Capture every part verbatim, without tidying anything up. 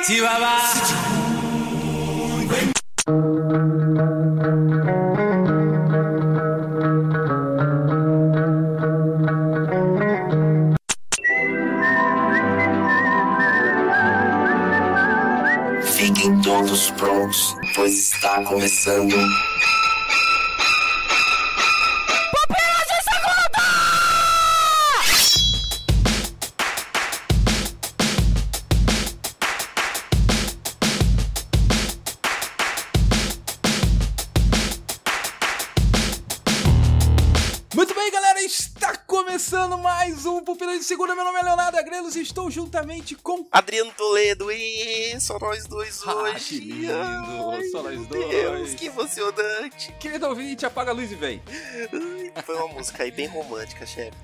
Fiquem todos prontos, pois está começando. Começando mais um Pupila de Segunda, meu nome é Leonardo Agrelos e estou juntamente com Adriano Toledo e só nós dois ah, hoje. Que lindo, Ai, só nós dois. Deus, que emocionante. Querido ouvinte, apaga a luz e vem. Foi uma música aí bem romântica, chefe.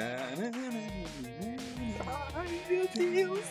Ai, meu Deus.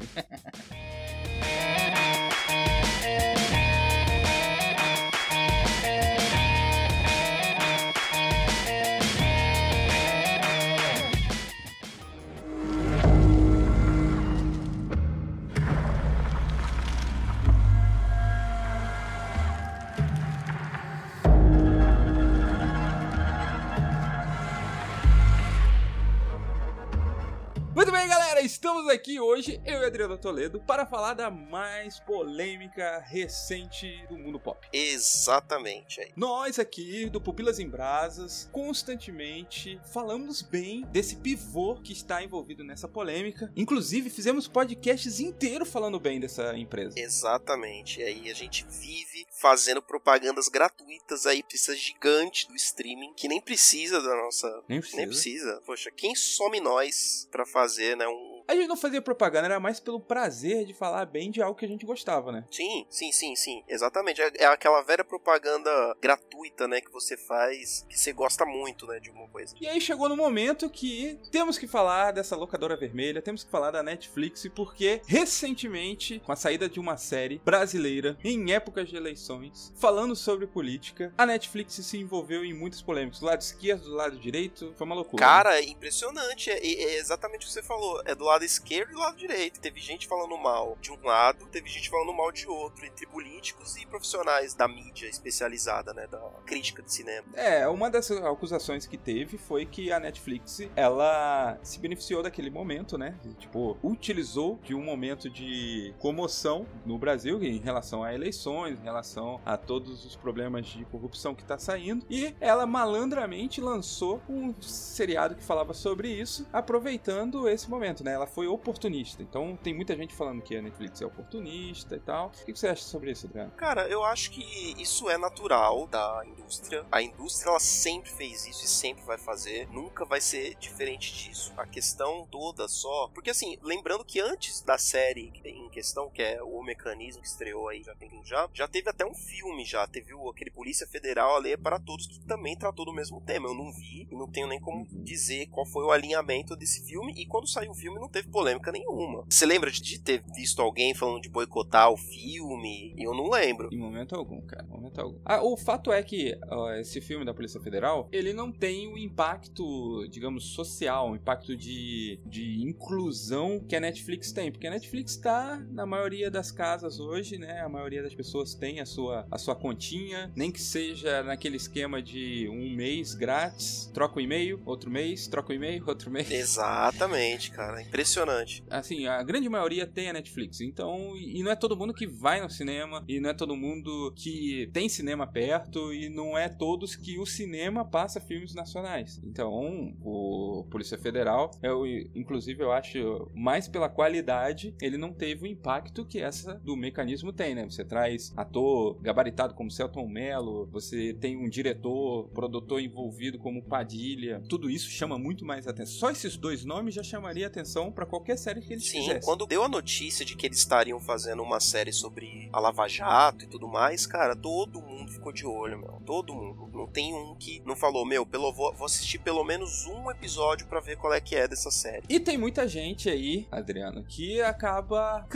Muito bem, galera, estamos aqui hoje, eu e Adriano Toledo, para falar da mais polêmica recente do mundo pop. Exatamente. Aí. Nós aqui, do Pupilas em Brasas, constantemente falamos bem desse pivô que está envolvido nessa polêmica. Inclusive, fizemos podcasts inteiros falando bem dessa empresa. Exatamente. E aí a gente vive fazendo propagandas gratuitas aí pra essa gigante do streaming, que nem precisa da nossa... Nem precisa. Nem precisa. Poxa, quem some nós pra fazer fazer, né, um... A gente não fazia propaganda, era mais pelo prazer de falar bem de algo que a gente gostava, né? Sim, sim, sim, sim, exatamente. É, é aquela velha propaganda gratuita, né, que você faz, que você gosta muito, né, de uma coisa. E aí chegou no momento que temos que falar dessa locadora vermelha, temos que falar da Netflix, porque recentemente, com a saída de uma série brasileira, em épocas de eleições, falando sobre política, a Netflix se envolveu em muitas polêmicas. Do lado esquerdo, do lado direito, foi uma loucura. Cara, né? é impressionante, é, é exatamente o que você falou, é do lado esquerdo e do lado direito. Teve gente falando mal de um lado, teve gente falando mal de outro, entre políticos e profissionais da mídia especializada, né, da crítica de cinema. É, uma das acusações que teve foi que a Netflix, ela se beneficiou daquele momento, né, tipo, utilizou de um momento de comoção no Brasil em relação a eleições, em relação a todos os problemas de corrupção que tá saindo, e ela malandramente lançou um seriado que falava sobre isso, aproveitando esse momento, né? Ela foi oportunista. Então tem muita gente falando que a Netflix é oportunista e tal. O que você acha sobre isso, Adriano? Cara, eu acho que isso é natural da indústria. A indústria, ela sempre fez isso e sempre vai fazer. Nunca vai ser diferente disso. A questão toda só... Porque assim, lembrando que antes da série em questão, que é O Mecanismo, que estreou aí já tem tempo já, já teve até um filme já. Teve o, aquele Polícia Federal, A Lei é para Todos, que também tratou do mesmo tema. Eu não vi e não tenho nem como dizer qual foi o alinhamento desse filme. E quando saiu o filme não teve polêmica nenhuma. Você lembra de ter visto alguém falando de boicotar o filme? Eu não lembro. Em momento algum, cara. Em momento algum. Ah, o fato é que ó, esse filme da Polícia Federal, ele não tem o impacto, digamos, social, o impacto de, de inclusão que a Netflix tem. Porque a Netflix tá na maioria das casas hoje, né? A maioria das pessoas tem a sua, a sua continha, nem que seja naquele esquema de um mês grátis, troca o e-mail, outro mês, troca o e-mail, outro mês. Exatamente, cara. Impressionante. Assim, a grande maioria tem a Netflix, então, e não é todo mundo que vai no cinema, e não é todo mundo que tem cinema perto, e não é todos que o cinema passa filmes nacionais. Então, o Polícia Federal, eu, inclusive eu acho, mais pela qualidade, ele não teve o impacto que essa do Mecanismo tem, né? Você traz ator gabaritado como Selton Mello, você tem um diretor, produtor envolvido como Padilha, tudo isso chama muito mais atenção. Só esses dois nomes já chamaria atenção pra qualquer série que eles Sim, fizessem. Quando deu a notícia de que eles estariam fazendo uma série sobre a Lava Jato e tudo mais, cara, todo mundo ficou de olho, meu. Todo mundo. Não tem um que não falou, meu, pelo, vou, vou assistir pelo menos um episódio pra ver qual é que é dessa série. E tem muita gente aí, Adriano, que acaba cansando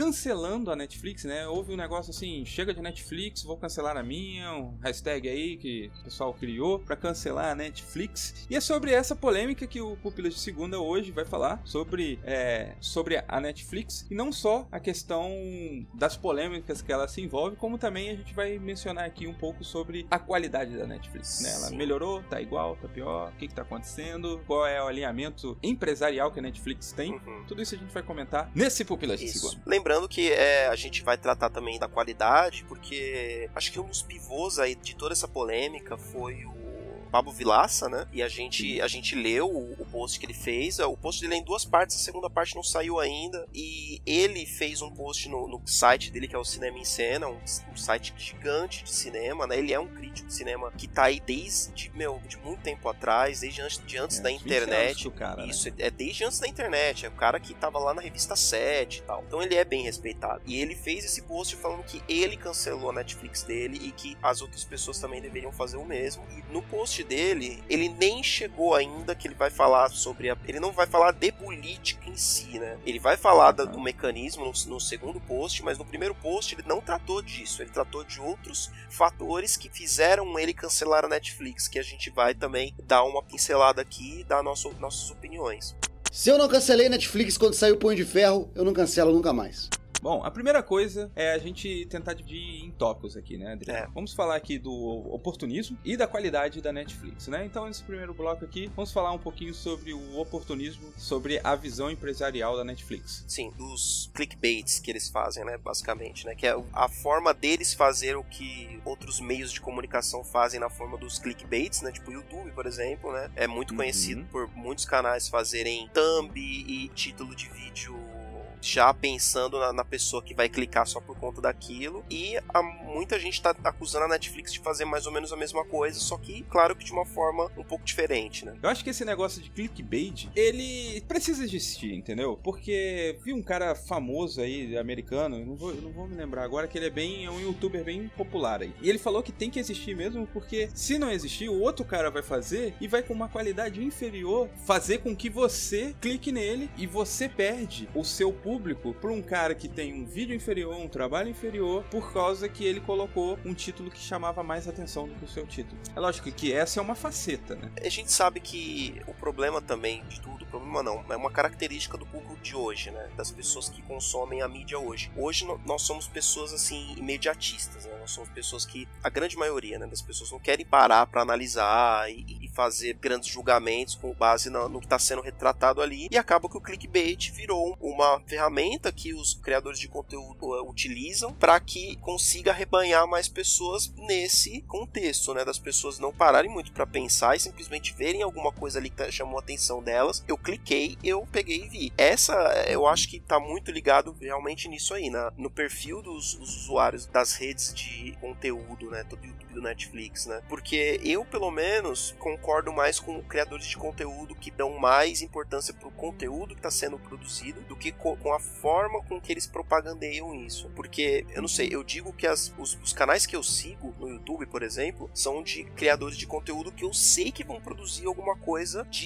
cancelando a Netflix, né? Houve um negócio assim, chega de Netflix, vou cancelar a minha, um hashtag aí que o pessoal criou pra cancelar a Netflix. E é sobre essa polêmica que o Pupilas de Segunda hoje vai falar, sobre, é, sobre a Netflix, e não só a questão das polêmicas que ela se envolve, como também a gente vai mencionar aqui um pouco sobre a qualidade da Netflix, né? Ela melhorou, tá igual, tá pior, o que que tá acontecendo, qual é o alinhamento empresarial que a Netflix tem, uhum. Tudo isso a gente vai comentar nesse Pupilas de Segunda. Lembrando que é, a gente vai tratar também da qualidade, porque acho que um dos pivôs aí de toda essa polêmica foi o Pablo Vilaça, né? E a gente, a gente leu o, o post que ele fez. O post dele é em duas partes, a segunda parte não saiu ainda. E ele fez um post no, no site dele, que é o Cinema em Cena, um, um site gigante de cinema, né? Ele é um crítico de cinema que tá aí desde, meu, de muito tempo atrás, desde antes, de antes é, da internet. Cara, Isso, né? é desde antes da internet. É o cara que tava lá na revista sete e tal. Então ele é bem respeitado. E ele fez esse post falando que ele cancelou a Netflix dele e que as outras pessoas também deveriam fazer o mesmo. E no post dele, ele nem chegou ainda que ele vai falar sobre a, ele não vai falar de política em si, né? Ele vai falar da, do mecanismo no, no segundo post, mas no primeiro post ele não tratou disso, ele tratou de outros fatores que fizeram ele cancelar a Netflix, que a gente vai também dar uma pincelada aqui e dar nosso, nossas opiniões. Se eu não cancelei Netflix quando saiu o Punho de Ferro, eu não cancelo nunca mais. Bom, a primeira coisa é a gente tentar dividir em tópicos aqui, né, Adriano? É. Vamos falar aqui do oportunismo e da qualidade da Netflix, né? Então, nesse primeiro bloco aqui, vamos falar um pouquinho sobre o oportunismo, sobre a visão empresarial da Netflix. Sim, dos clickbaits que eles fazem, né, basicamente, né? Que é a forma deles fazer o que outros meios de comunicação fazem na forma dos clickbaits, né? Tipo o YouTube, por exemplo, né? É muito uhum. conhecido por muitos canais fazerem thumb e título de vídeo já pensando na, na pessoa que vai clicar só por conta daquilo, e a, muita gente tá acusando a Netflix de fazer mais ou menos a mesma coisa, só que, claro que de uma forma um pouco diferente, né? Eu acho que esse negócio de clickbait, ele precisa existir, entendeu? Porque vi um cara famoso aí, americano, não vou, não vou me lembrar agora, que ele é bem, é um youtuber bem popular aí, e ele falou que tem que existir mesmo, porque se não existir, o outro cara vai fazer e vai com uma qualidade inferior fazer com que você clique nele e você perde o seu público por um cara que tem um vídeo inferior, um trabalho inferior, por causa que ele colocou um título que chamava mais atenção do que o seu título. É lógico que essa é uma faceta, né? A gente sabe que o problema também de tudo, o problema não, é uma característica do público de hoje, né? Das pessoas que consomem a mídia hoje. Hoje nós somos pessoas, assim, imediatistas, né? Nós somos pessoas que, a grande maioria, né, das pessoas não querem parar pra analisar e, e fazer grandes julgamentos com base no, no que está sendo retratado ali, e acaba que o clickbait virou uma ferramenta que os criadores de conteúdo uh, utilizam para que consiga arrebanhar mais pessoas nesse contexto, né, das pessoas não pararem muito para pensar e simplesmente verem alguma coisa ali que chamou a atenção delas, eu cliquei, eu peguei e vi. Essa, eu acho que tá muito ligado realmente nisso aí, na, no perfil dos, dos usuários das redes de conteúdo, né, do YouTube, do Netflix, né, porque eu, pelo menos, concordo mais com criadores de conteúdo que dão mais importância pro conteúdo que está sendo produzido do que com, com a forma com que eles propagandeiam isso. Porque, eu não sei, eu digo que as, os, os canais que eu sigo no YouTube, por exemplo, são de criadores de conteúdo que eu sei que vão produzir alguma coisa de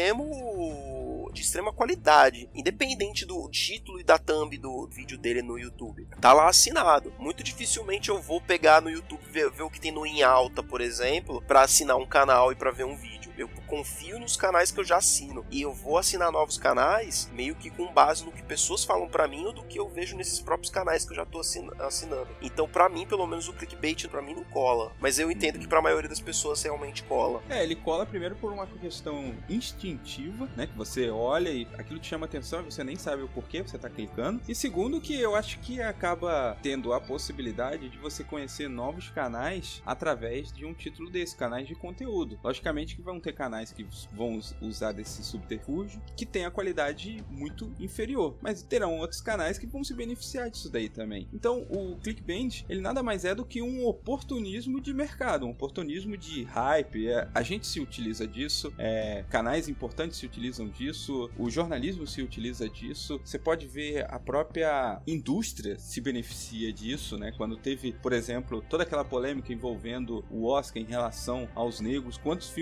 extremo de extrema qualidade, independente do título e da thumb do vídeo dele no YouTube. Tá lá assinado. Muito dificilmente eu vou pegar no YouTube, ver, ver o que tem no Em Alta, por exemplo, para assinar um canal e para ver um vídeo. Eu confio nos canais que eu já assino, e eu vou assinar novos canais meio que com base no que pessoas falam pra mim ou do que eu vejo nesses próprios canais que eu já tô assinando. Então, pra mim, pelo menos o clickbait pra mim não cola, mas eu entendo que pra maioria das pessoas realmente cola. É, ele cola primeiro por uma questão instintiva, né, que você olha e aquilo te chama atenção e você nem sabe o porquê você tá clicando, e segundo que eu acho que acaba tendo a possibilidade de você conhecer novos canais através de um título desse, canais de conteúdo. Logicamente que vão ter canais que vão usar desse subterfúgio que tem a qualidade muito inferior, mas terão outros canais que vão se beneficiar disso daí também. Então o clickbait, ele nada mais é do que um oportunismo de mercado, um oportunismo de hype. É, a gente se utiliza disso, é, canais importantes se utilizam disso, o jornalismo se utiliza disso, você pode ver a própria indústria se beneficia disso, né? Quando teve, por exemplo, toda aquela polêmica envolvendo o Oscar em relação aos negros, quantos filmes de negros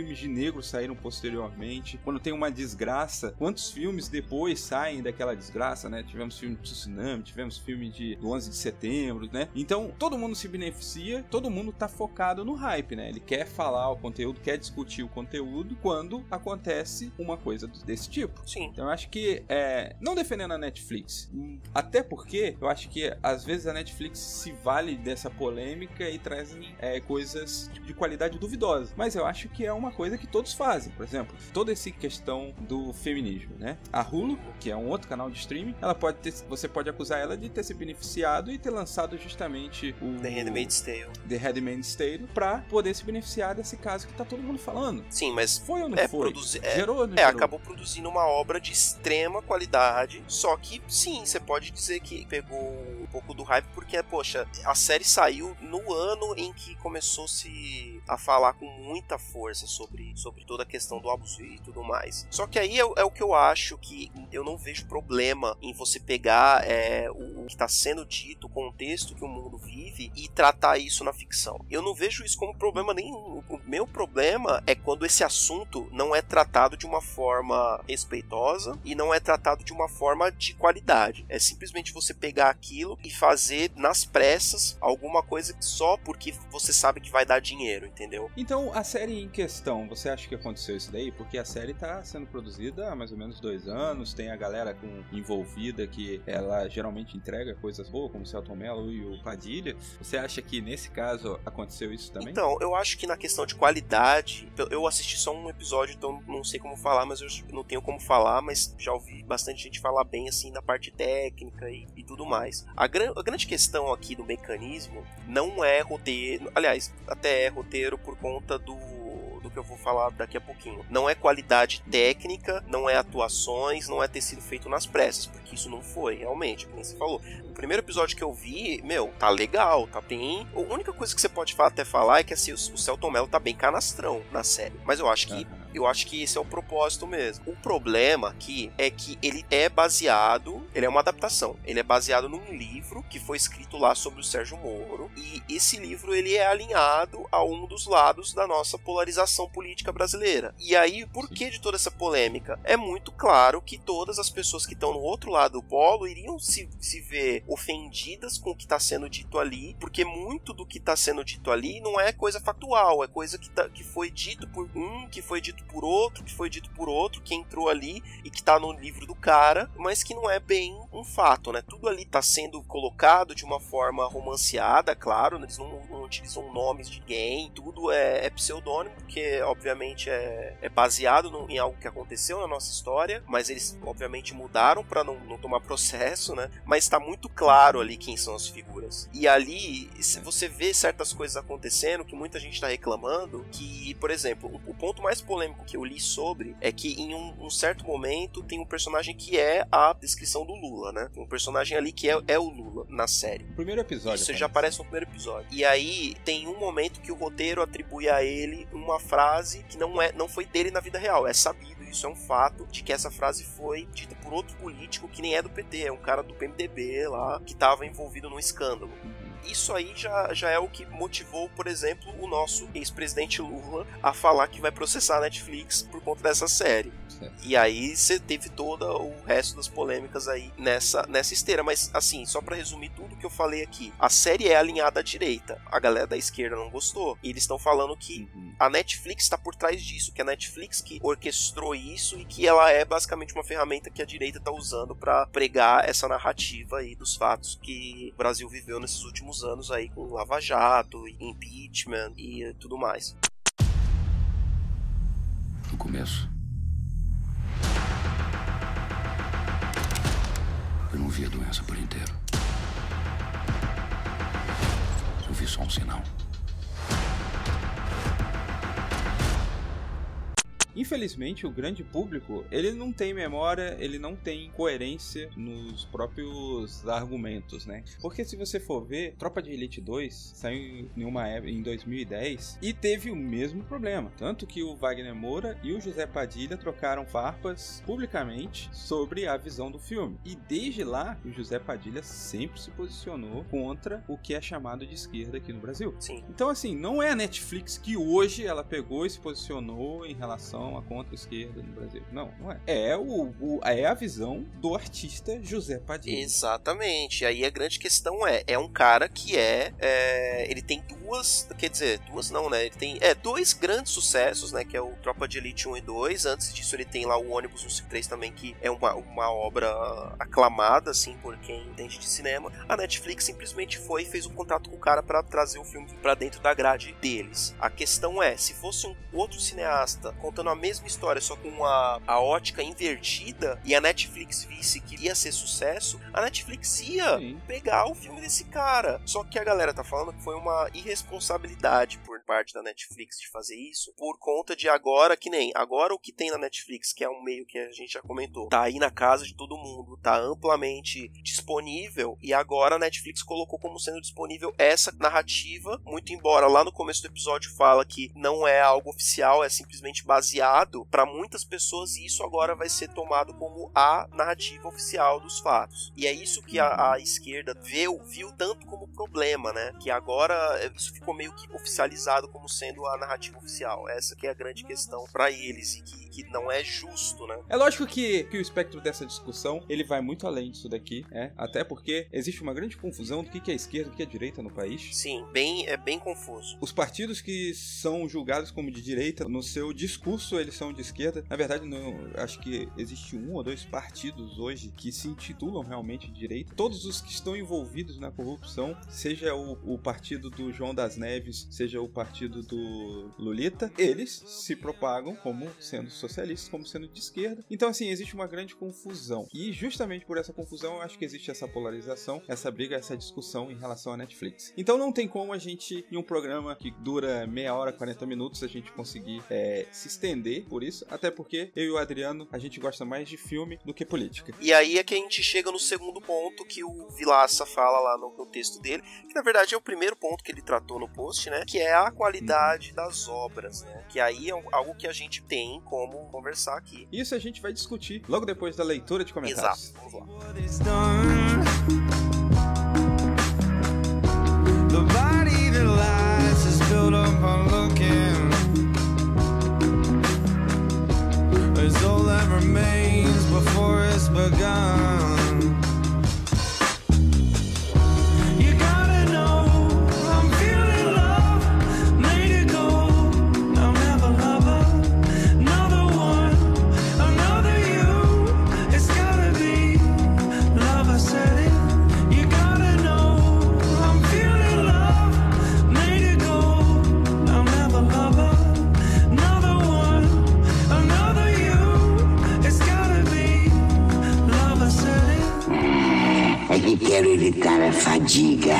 negros saíram posteriormente, quando tem uma desgraça, quantos filmes depois saem daquela desgraça, né? Tivemos filme de tsunami, tivemos filme de, do onze de setembro, né? Então, todo mundo se beneficia, todo mundo tá focado no hype, né? Ele quer falar o conteúdo, quer discutir o conteúdo quando acontece uma coisa desse tipo. Sim. Então, eu acho que, é, não defendendo a Netflix, até porque eu acho que, às vezes, a Netflix se vale dessa polêmica e traz é, coisas de qualidade duvidosa. Mas eu acho que é uma coisa que todos fazem. Por exemplo, toda essa questão do feminismo, né? A Hulu, que é um outro canal de streaming, ela pode ter, você pode acusar ela de ter se beneficiado e ter lançado justamente o The Handmaid's Tale. The Handmaid's Tale pra poder se beneficiar desse caso que tá todo mundo falando. Sim, mas foi ou não é, foi? Produzi... É, gerou ou não é gerou? acabou produzindo uma obra de extrema qualidade, só que sim, você pode dizer que pegou um pouco do hype, porque, poxa, a série saiu no ano em que começou-se a falar com muita força sobre, sobre toda a questão do abuso e tudo mais. Só que aí é, é o que eu acho que eu não vejo problema em você pegar é, o, o que está sendo dito, o contexto que o mundo vive e tratar isso na ficção. Eu não vejo isso como problema nenhum. O meu problema é quando esse assunto não é tratado de uma forma respeitosa e não é tratado de uma forma de qualidade. É simplesmente você pegar aquilo e fazer nas pressas alguma coisa só porque você sabe que vai dar dinheiro, entendeu? Então, a série em questão, você acha que aconteceu isso daí? Porque a série tá sendo produzida há mais ou menos dois anos, tem a galera com, envolvida que ela geralmente entrega coisas boas, como o Celton Mello e o Padilha. Você acha que nesse caso aconteceu isso também? Então, eu acho que na questão de qualidade, eu assisti só um episódio, então não sei como falar, mas eu não tenho como falar, mas já ouvi bastante gente falar bem assim da parte técnica e, e tudo mais. A, gran, a grande questão aqui do mecanismo não é roteiro, aliás, até é roteiro por conta do do que eu vou falar daqui a pouquinho. Não é qualidade técnica, não é atuações, não é ter sido feito nas pressas, porque isso não foi, realmente, como você falou. O primeiro episódio que eu vi, meu, tá legal, tá bem... A única coisa que você pode até falar é que assim, o Celton Mello tá bem canastrão na série, mas eu acho que uhum. eu acho que esse é o propósito mesmo. O problema aqui é que ele é baseado, ele é uma adaptação, ele é baseado num livro que foi escrito lá sobre o Sérgio Moro, e esse livro ele é alinhado a um dos lados da nossa polarização política brasileira. E aí, por que de toda essa polêmica? É muito claro que todas as pessoas que estão no outro lado do polo iriam se, se ver ofendidas com o que está sendo dito ali, porque muito do que está sendo dito ali não é coisa factual, é coisa que, tá, que foi dito por um, que foi dito por outro, que foi dito por outro, que entrou ali e que tá no livro do cara, mas que não é bem um fato, né? Tudo ali tá sendo colocado de uma forma romanceada, claro, eles não, não utilizam nomes de ninguém, tudo é, é pseudônimo, porque obviamente é, é baseado no, em algo que aconteceu na nossa história, mas eles obviamente mudaram pra não, não tomar processo, né? Mas tá muito claro ali quem são as figuras. E ali, se você vê certas coisas acontecendo que muita gente tá reclamando, que, por exemplo, o, o ponto mais polêmico que eu li sobre é que em um, um certo momento tem um personagem que é a descrição do Lula, né? Tem um personagem ali que é, é o Lula na série. No primeiro episódio. Isso já aparece no primeiro episódio. E aí tem um momento que o roteiro atribui a ele uma frase que não, é, não foi dele na vida real. É sabido, isso é um fato, de que essa frase foi dita por outro político que nem é do P T, é um cara do P M D B lá, que estava envolvido num escândalo. Isso aí já, já é o que motivou, por exemplo, o nosso ex-presidente Lula a falar que vai processar a Netflix por conta dessa série. Certo. E aí você teve todo o resto das polêmicas aí nessa, nessa esteira. Mas, assim, só pra resumir tudo que eu falei aqui, a série é alinhada à direita. A galera da esquerda não gostou. E eles estão falando que uhum. a Netflix tá por trás disso, que a Netflix que orquestrou isso e que ela é basicamente uma ferramenta que a direita tá usando pra pregar essa narrativa aí dos fatos que o Brasil viveu nesses últimos anos aí com Lava Jato, impeachment e tudo mais. No começo, eu não vi a doença por inteiro. Eu vi só um sinal. Infelizmente, o grande público, ele não tem memória, ele não tem coerência nos próprios argumentos, né? Porque se você for ver, Tropa de Elite dois saiu em, uma época, em dois mil e dez e teve o mesmo problema. Tanto que o Wagner Moura e o José Padilha trocaram farpas publicamente sobre a visão do filme. E desde lá, o José Padilha sempre se posicionou contra o que é chamado de esquerda aqui no Brasil. Sim. Então, assim, não é a Netflix que hoje ela pegou e se posicionou em relação à contra-esquerda no Brasil. Não, não é. É, o, o, é a visão do artista José Padilha. Exatamente. E aí a grande questão é, é um cara que é, é ele tem duas, quer dizer, duas não, né? Ele tem, é, dois grandes sucessos, né? Que é o Tropa de Elite um e dois. Antes disso ele tem lá o Ônibus cento e cinquenta e três também, que é uma, uma obra aclamada, assim, por quem entende de cinema. A Netflix simplesmente foi e fez um contrato com o cara pra trazer o filme pra dentro da grade deles. A questão é, se fosse um outro cineasta contando a mesma história, só com a, a ótica invertida, e a Netflix visse que ia ser sucesso, a Netflix ia Sim. pegar o filme desse cara. Só que a galera tá falando que foi uma irresponsabilidade por parte da Netflix de fazer isso, por conta de agora, que nem, agora o que tem na Netflix, que é um meio que a gente já comentou, tá aí na casa de todo mundo, tá amplamente disponível, e agora a Netflix colocou como sendo disponível essa narrativa, muito embora lá no começo do episódio fala que não é algo oficial, é simplesmente baseado para muitas pessoas, e isso agora vai ser tomado como a narrativa oficial dos fatos. E é isso que a, a esquerda viu, viu tanto como problema, né? Que agora isso ficou meio que oficializado como sendo a narrativa oficial. Essa que é a grande questão para eles, e que, que não é justo, né? É lógico que, que o espectro dessa discussão, ele vai muito além disso daqui, é, até porque existe uma grande confusão do que é esquerda e do que é direita no país. Sim, bem, é bem confuso. Os partidos que são julgados como de direita, no seu discurso eles são de esquerda. Na verdade, não, acho que existe um ou dois partidos hoje que se intitulam realmente de direita. Todos os que estão envolvidos na corrupção, seja o, o partido do João das Neves, seja o partido do Lulita, eles se propagam como sendo socialistas, como sendo de esquerda. Então, assim, existe uma grande confusão. E justamente por essa confusão, eu acho que existe essa polarização, essa briga, essa discussão em relação à Netflix. Então não tem como a gente, em um programa que dura meia hora, quarenta minutos, a gente conseguir é, se estender por isso, até porque eu e o Adriano, a gente gosta mais de filme do que política. E aí é que a gente chega no segundo ponto que o Vilaça fala lá no, no texto dele, que na verdade é o primeiro ponto que ele tratou no post, né? Que é a qualidade uhum. das obras, né? Que aí é algo que a gente tem como conversar aqui. Isso a gente vai discutir logo depois da leitura de comentários. Exato, vamos lá. The body that lies is built up on looking. It's all that remains before it's begun. You gotta know I'm feeling love, made it go. I'll never love another one, another you. It's gotta be love, I said it. You gotta know I'm feeling love, made it go. I'll never love another one, another you. It's gotta be love, I said it. É que quero evitar a fadiga.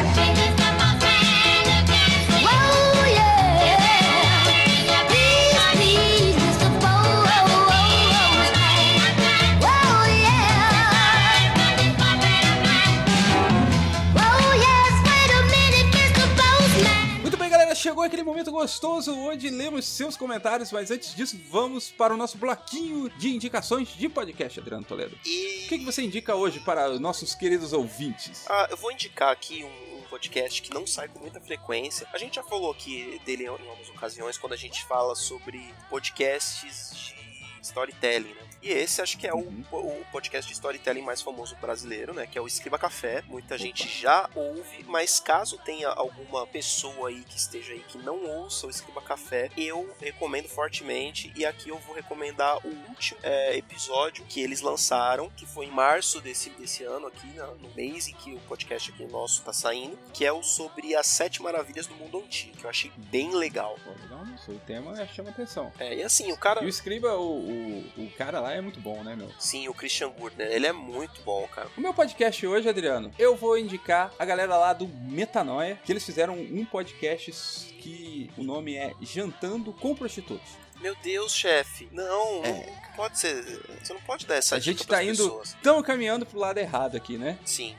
Chegou aquele momento gostoso onde lemos seus comentários, mas antes disso, vamos para o nosso bloquinho de indicações de podcast, Adriano Toledo. E... O que, que você indica hoje para nossos queridos ouvintes? Ah, eu vou indicar aqui um, um podcast que não sai com muita frequência. A gente já falou aqui dele em algumas ocasiões, quando a gente fala sobre podcasts de storytelling, né? E esse acho que é o, o podcast de storytelling mais famoso brasileiro, né? Que é o Escriba Café. Muita gente já ouve, mas caso tenha alguma pessoa aí que esteja aí que não ouça o Escriba Café, eu recomendo fortemente. E aqui eu vou recomendar o último é, episódio que eles lançaram, que foi em março desse, desse ano aqui, no mês em que o podcast aqui nosso tá saindo, que é o sobre as sete maravilhas do mundo antigo, que eu achei bem legal. Pô, legal, isso, o tema chama atenção. É, e assim, o cara... E o Escriba, o, o, o cara lá é muito bom, né, meu? Sim, o Christian Gurtner, ele é muito bom, cara. O meu podcast hoje, Adriano, eu vou indicar a galera lá do Metanoia, que eles fizeram um podcast que o nome é Jantando com Prostitutos. Meu Deus, chefe. Não, É. não pode ser. Você não pode dar essa A dica gente pras tá indo, pessoas. tão caminhando pro lado errado aqui, né? Sim.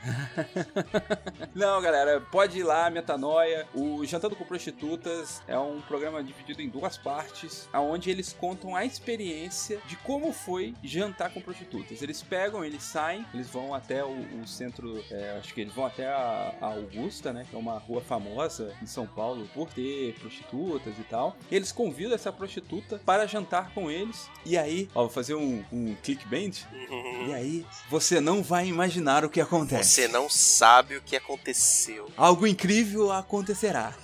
Não, galera, pode ir lá, Metanoia. O Jantando com Prostitutas é um programa dividido em duas partes, onde eles contam a experiência de como foi jantar com prostitutas. Eles pegam, eles saem, eles vão até o, o centro, é, acho que eles vão até a, a Augusta, né, que é uma rua famosa em São Paulo por ter prostitutas e tal. Eles convidam essa prostituta para jantar com eles. E aí, ó, vou fazer um, um clickbait. Uhum. E aí, você não vai imaginar o que acontece. Você não sabe o que aconteceu. Algo incrível acontecerá.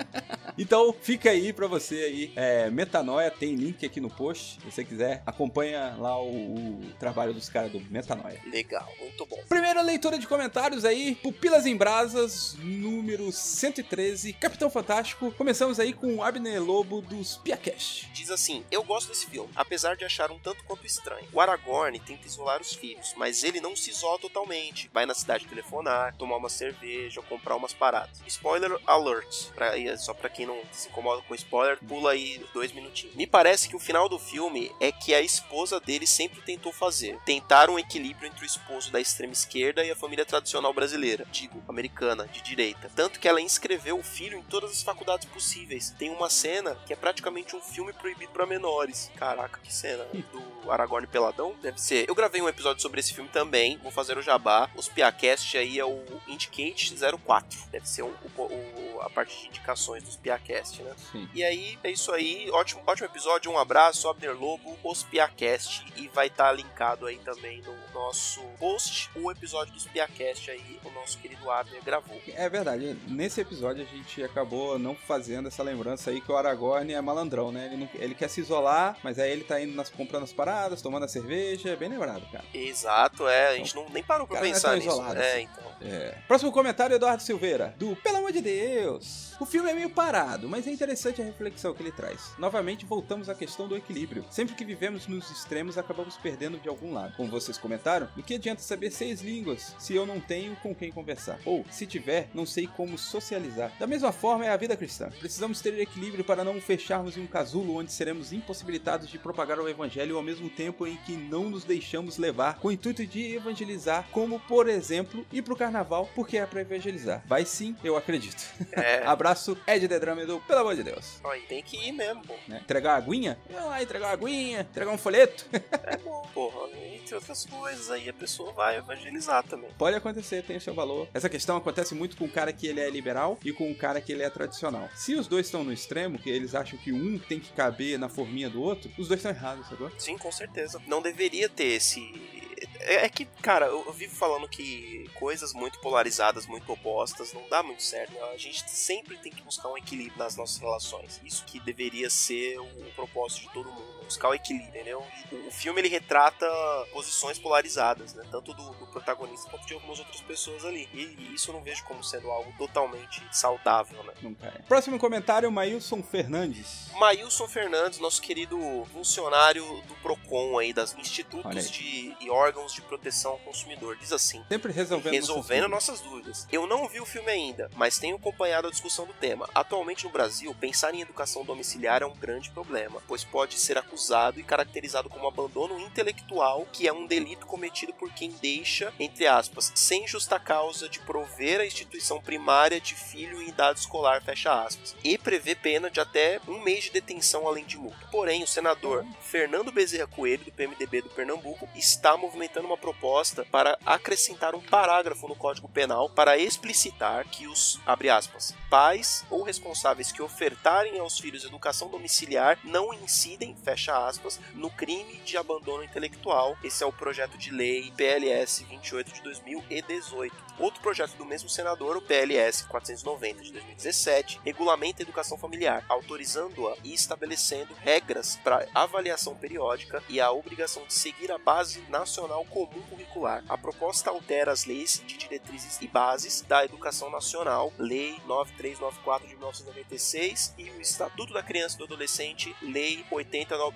Então fica aí pra você aí, é, Metanoia, tem link aqui no post, se você quiser, acompanha lá o, o trabalho dos caras do Metanoia. Legal, muito bom. Primeira leitura de comentários aí, Pupilas em Brasas, número cento e treze, Capitão Fantástico. Começamos aí com o Abner Lobo dos Piacast. Diz assim, eu gosto desse filme, apesar de achar um tanto quanto estranho. O Aragorn tenta isolar os filhos, mas ele não se isola totalmente. Vai na cidade telefonar, tomar uma cerveja ou comprar umas paradas. Spoiler alert, pra, só pra quem não se incomoda com spoiler, pula aí dois minutinhos. Me parece que o final do filme é que a esposa dele sempre tentou fazer. Tentar um equilíbrio entre o esposo da extrema esquerda e a família tradicional brasileira, digo, americana, de direita. Tanto que ela inscreveu o filho em todas as faculdades possíveis. Tem uma cena que é praticamente um filme proibido pra menores. Caraca, que cena do Aragorn peladão. Deve ser. Eu gravei um episódio sobre esse filme também, vou fazer o jabá. Os Piacast aí é o Indicate zero quatro. Deve ser um, o, o, a parte de indicações dos Piacast, né? Sim. E aí, é isso aí. Ótimo, ótimo episódio. Um abraço, Abner Lobo, os Piacast. E vai estar tá linkado aí também no nosso post o episódio dos Piacast aí, o nosso querido Abner gravou. É verdade, nesse episódio a gente acabou não fazendo essa lembrança aí que o Aragorn é malandrão, né? Ele, não, ele quer se isolar, mas aí ele tá indo nas, comprando as paradas, tomando a cerveja, é bem lembrado, cara. Exato, é. A gente não, nem parou pra pensar não é nisso. isolado, É, assim. então. É. Próximo comentário, Eduardo Silveira, do Pelo Amor de Deus. O filme é meio parado, mas é interessante a reflexão que ele traz. Novamente, voltamos à questão do equilíbrio. Sempre que vivemos nos extremos, acabamos perdendo de algum lado. Como vocês comentaram, do que adianta saber seis línguas se eu não tenho com quem conversar? Ou, se tiver, não sei como socializar. Da mesma forma é a vida cristã. Precisamos ter equilíbrio para não fecharmos em um casulo onde seremos impossibilitados de propagar o evangelho ao mesmo tempo em que não nos deixamos levar com o intuito de evangelizar, como, por exemplo, ir pro carnaval porque é pra evangelizar. Vai sim, eu acredito. É. Abraço, Ed The Drummer, pelo amor de Deus. Aí tem que ir mesmo, pô. Né? Entregar uma aguinha? Vai lá entregar uma aguinha, entregar um folheto. É bom, porra. Entre outras coisas, aí a pessoa vai evangelizar também. Pode acontecer, tem o seu valor. Essa questão acontece muito com o cara que ele é liberal e com o cara que ele é tradicional. Se os dois estão no extremo, que eles acham que um tem que caber na forminha do outro, os dois estão errados, sabe? Sim, com certeza. Não deveria ter esse... É que, cara, eu vivo falando que coisas muito polarizadas, muito opostas, não dá muito certo. A gente sempre tem que buscar um equilíbrio nas nossas relações. Isso que deveria ser o propósito de todo mundo. Buscar o equilíbrio, entendeu? O filme, ele retrata posições polarizadas, né? Tanto do, do protagonista quanto de algumas outras pessoas ali. E, e isso eu não vejo como sendo algo totalmente saudável, né? Nunca é. Próximo comentário, Maílson Fernandes. Maílson Fernandes, nosso querido funcionário do PROCON aí, das institutos de, e órgãos de proteção ao consumidor. Diz assim: sempre resolvendo, resolvendo nossas, dúvidas. nossas dúvidas. Eu não vi o filme ainda, mas tenho acompanhado a discussão do tema. Atualmente no Brasil, pensar em educação domiciliar é um grande problema, pois pode ser acusado e caracterizado como abandono intelectual, que é um delito cometido por quem deixa, entre aspas, sem justa causa de prover a instituição primária de filho em idade escolar, fecha aspas, e prevê pena de até um mês de detenção além de multa. Porém, o senador Fernando Bezerra Coelho, do P M D B do Pernambuco, está movimentando uma proposta para acrescentar um parágrafo no Código Penal para explicitar que os, abre aspas, pais ou responsáveis que ofertarem aos filhos educação domiciliar não incidem, fecha aspas, no crime de abandono intelectual. Esse é o projeto de lei P L S vinte e oito de dois mil e dezoito. Outro projeto do mesmo senador, o P L S quatrocentos e noventa de dois mil e dezessete, regulamenta a educação familiar, autorizando-a e estabelecendo regras para avaliação periódica e a obrigação de seguir a Base Nacional Comum Curricular. A proposta altera as leis de diretrizes e bases da Educação Nacional, Lei nove mil trezentos e noventa e quatro de mil novecentos e noventa e seis, e o Estatuto da Criança e do Adolescente, Lei oitenta mil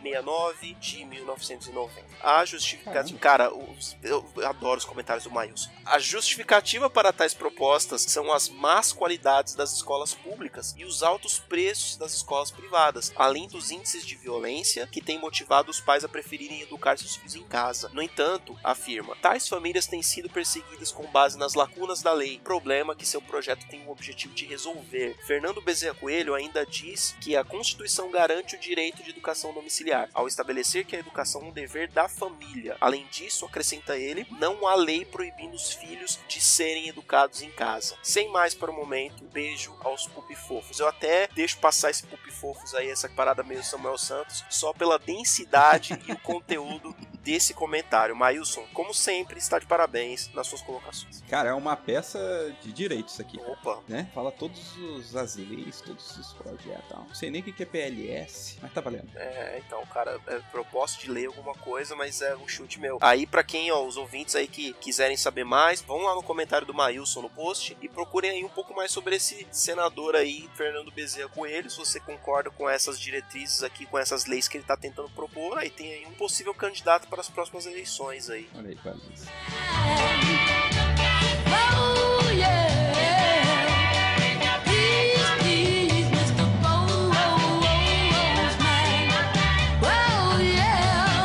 sessenta e nove de mil novecentos e noventa. A justificativa... Cara, os, eu adoro os comentários do Maílson. A justificativa para tais propostas são as más qualidades das escolas públicas e os altos preços das escolas privadas, além dos índices de violência que têm motivado os pais a preferirem educar seus filhos em casa. No entanto, afirma, tais famílias têm sido perseguidas com base nas lacunas da lei, problema que seu projeto tem o objetivo de resolver. Fernando Bezerra Coelho ainda diz que a Constituição garante o direito de educação domiciliar, ao estabelecer que a educação é um dever da família. Além disso, acrescenta ele, não há lei proibindo os filhos de serem educados em casa. Sem mais para o momento, beijo aos pupifofos. Eu até deixo passar esse pupifofos aí, essa parada meio Samuel Santos, só pela densidade e o conteúdo desse comentário. Maílson, como sempre, está de parabéns nas suas colocações. Cara, é uma peça de direito isso aqui. Opa. Né? Fala todas as leis, todos os projetos. Não sei nem o que é P L S, mas tá valendo. É, então, cara, é proposta de ler alguma coisa, mas é um chute meu. Aí, pra quem, ó, os ouvintes aí que quiserem saber mais, vão lá no comentário do Maílson no post e procurem aí um pouco mais sobre esse senador aí, Fernando Bezerra Coelho, se você concorda com essas diretrizes aqui, com essas leis que ele tá tentando propor, aí tem aí um possível candidato para as próximas eleições aí. Olha aí, quase isso. Oh, yeah. Please, please, mister Postman. Oh, yeah.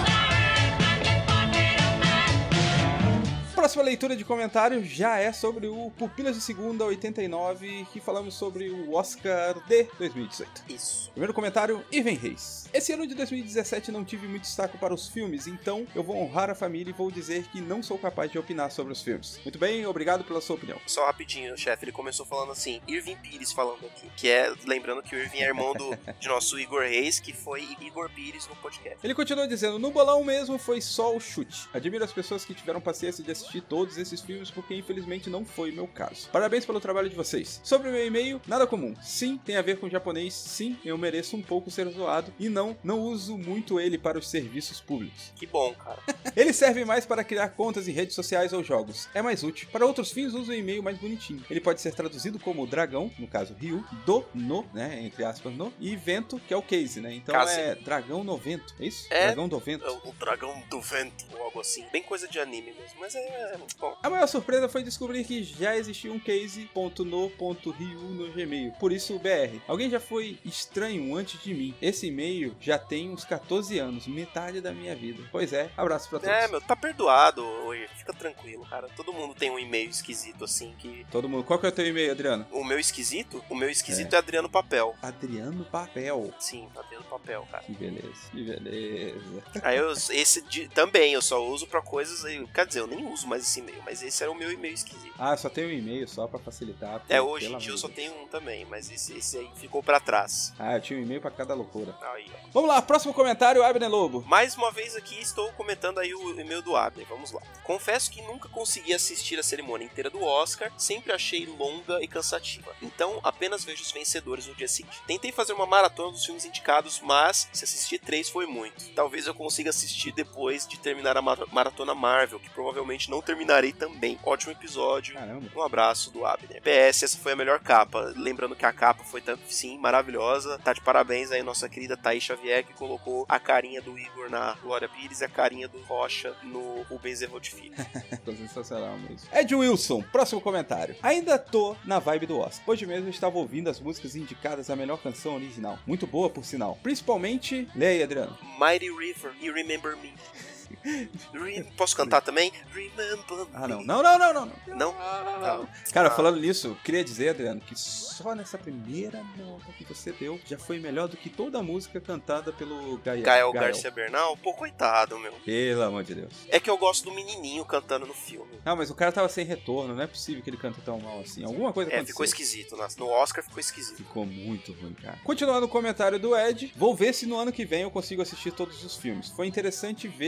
Próxima leitura de comentário já é sobre o Pupilas de Segunda oitenta e nove, que falamos sobre o Oscar de dois mil e dezoito. Isso. Primeiro comentário, Ivan Reis. Esse ano de dois mil e dezessete não tive muito destaque para os filmes, então eu vou honrar a família e vou dizer que não sou capaz de opinar sobre os filmes. Muito bem, obrigado pela sua opinião. Só rapidinho, chefe, ele começou falando assim, Irving Pires falando aqui, que é, lembrando que o Irving é irmão do, de nosso Igor Reis, que foi Igor Pires no podcast. Ele continua dizendo, no bolão mesmo foi só o chute. Admiro as pessoas que tiveram paciência de assistir todos esses filmes, porque infelizmente não foi o meu caso. Parabéns pelo trabalho de vocês. Sobre o meu e-mail, nada comum. Sim, tem a ver com japonês, sim, eu mereço um pouco ser zoado, e não, não uso muito ele para os serviços públicos. Que bom, cara. Ele serve mais para criar contas em redes sociais ou jogos. É mais útil. Para outros fins, uso o e-mail mais bonitinho. Ele pode ser traduzido como dragão, no caso Ryu, do, no, né, entre aspas, no, e vento, que é o case, né? Então Casi. É dragão no vento, é isso? É, dragão do vento. É o dragão do vento, ou algo assim. Bem coisa de anime mesmo, mas é bom. A maior surpresa foi descobrir que já existia um case.no.ryu no Gmail, por isso o B R. Alguém já foi estranho antes de mim. Esse e-mail já tem uns catorze anos, metade da minha vida. Pois é, abraço pra todos. É, meu, tá perdoado, oi, fica tranquilo, cara. Todo mundo tem um e-mail esquisito assim que... Todo mundo. Qual que é o teu e-mail, Adriano? O meu esquisito? O meu esquisito é, é Adriano Papel. Adriano Papel? Sim, Adriano Papel, cara. Que beleza, que beleza. Aí eu, esse de, também, eu só uso pra coisas... Quer dizer, eu nem uso mais esse e-mail, mas esse era o meu e-mail esquisito. Ah, só tem um e-mail só pra facilitar. É, hoje em dia eu só tenho um também, mas esse, esse aí ficou pra trás. Ah, eu tinha um e-mail pra cada loucura. Aí, ó. Vamos lá, próximo comentário, Abner Lobo. Mais uma vez aqui estou comentando aí o e-mail do Abner, vamos lá. Confesso que nunca consegui assistir a cerimônia inteira do Oscar, sempre achei longa e cansativa. Então, apenas vejo os vencedores no dia seguinte. Tentei fazer uma maratona dos filmes indicados, mas se assistir três foi muito. Talvez eu consiga assistir depois de terminar a maratona Marvel, que provavelmente não terminarei também. Ótimo episódio. Caramba. Um abraço do Abner. P S, essa foi a melhor capa. Lembrando que a capa foi, sim, maravilhosa. Tá de parabéns aí nossa querida Thaís Xavier, que colocou a carinha do Igor na Glória Pires e a carinha do Rocha no Rubens Errot Filho. Tô sensacional mesmo. Ed Wilson, próximo comentário. Ainda tô na vibe do Oscar. Hoje mesmo eu estava ouvindo as músicas indicadas à melhor canção original. Muito boa, por sinal. Principalmente... Lê aí, Adriano. Mighty River, You Remember Me. Posso cantar também? Remember Ah, não. Não, não, não, não. Não? Não. Cara, falando nisso, queria dizer, Adriano, que só nessa primeira nota que você deu já foi melhor do que toda a música cantada pelo Gael, Gael Garcia Bernal. Pô, coitado, meu. Pelo amor de Deus. É que eu gosto do menininho cantando no filme. Não, mas o cara tava sem retorno, não é possível que ele cante tão mal assim. Alguma coisa É, aconteceu. ficou esquisito. No Oscar ficou esquisito. Ficou muito ruim, cara. Continuando o comentário do Ed, vou ver se no ano que vem eu consigo assistir todos os filmes. Foi interessante ver que depois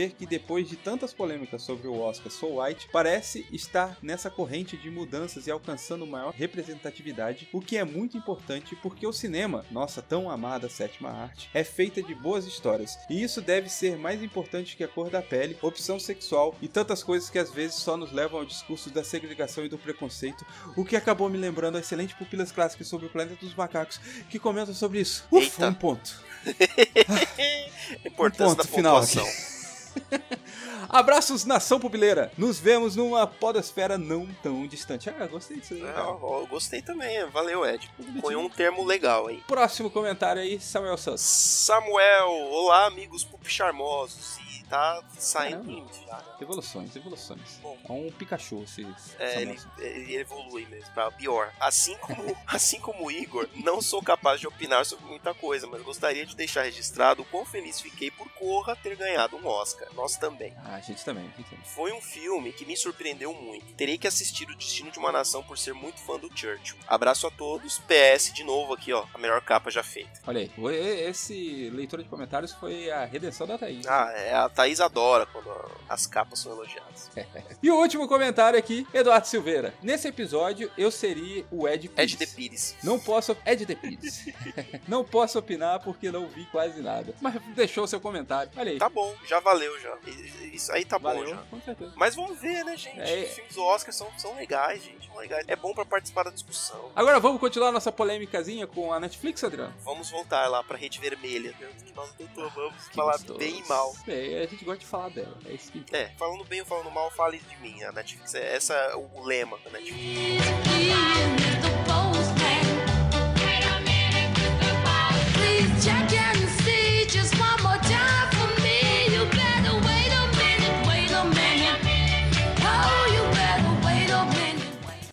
depois de tantas polêmicas sobre o Oscar So White, parece estar nessa corrente de mudanças e alcançando maior representatividade, o que é muito importante porque o cinema, nossa tão amada sétima arte, é feita de boas histórias, e isso deve ser mais importante que a cor da pele, opção sexual e tantas coisas que às vezes só nos levam ao discurso da segregação e do preconceito, o que acabou me lembrando a excelente Pupilas Clássicas sobre o Planeta dos Macacos, que comentam sobre isso. Ufa, um ponto. Importância um ponto da final pontuação. Abraços, nação pupileira. Nos vemos numa podosfera não tão distante. Ah, gostei disso. É, Legal. eu gostei também, valeu, Ed. Põe um termo legal aí. Próximo comentário aí, Samuel Santos. Samuel, olá amigos pup charmosos. E tá saindo Caramba. limite já, né? Evoluções, evoluções. Bom. É um Pikachu esse É, Samuel ele, Santos. ele evolui mesmo, pra pior. Assim como, assim como o Igor, não sou capaz de opinar sobre muita coisa, mas gostaria de deixar registrado o quão feliz fiquei por Corra ter ganhado um Oscar. Nós também. Ah, a gente também, a gente também. Foi um filme que me surpreendeu muito. Terei que assistir O Destino de uma Nação por ser muito fã do Churchill. Abraço a todos. P S de novo aqui, ó. A melhor capa já feita. Olha aí, o- esse leitor de comentários foi a redenção da Thaís. Ah, é, a Thaís adora quando as capas são elogiadas. E o último comentário aqui, Eduardo Silveira. Nesse episódio, eu seria o Ed Pires. Ed de Pires. Não posso... Ed de Pires. Não posso opinar porque não vi quase nada. Mas deixou seu comentário. Olha aí. Tá bom, já valeu já. Isso aí tá Valeu, bom já. com certeza. Mas vamos ver, né, gente? É. Os filmes do Oscar são, são legais, gente. São legais. É bom pra participar da discussão. Agora vamos continuar nossa polêmicazinha com a Netflix, Adriano? Vamos voltar lá pra Rede Vermelha, né? Que nós tanto amamos Que falar gostoso. bem e mal. É, a gente gosta de falar dela. É isso que... É, falando bem ou falando mal, fale de mim. A Netflix, é, essa é o lema da Netflix. Please check and see just one more time for me. You better wait a minute, wait a minute. Oh, you better wait a minute.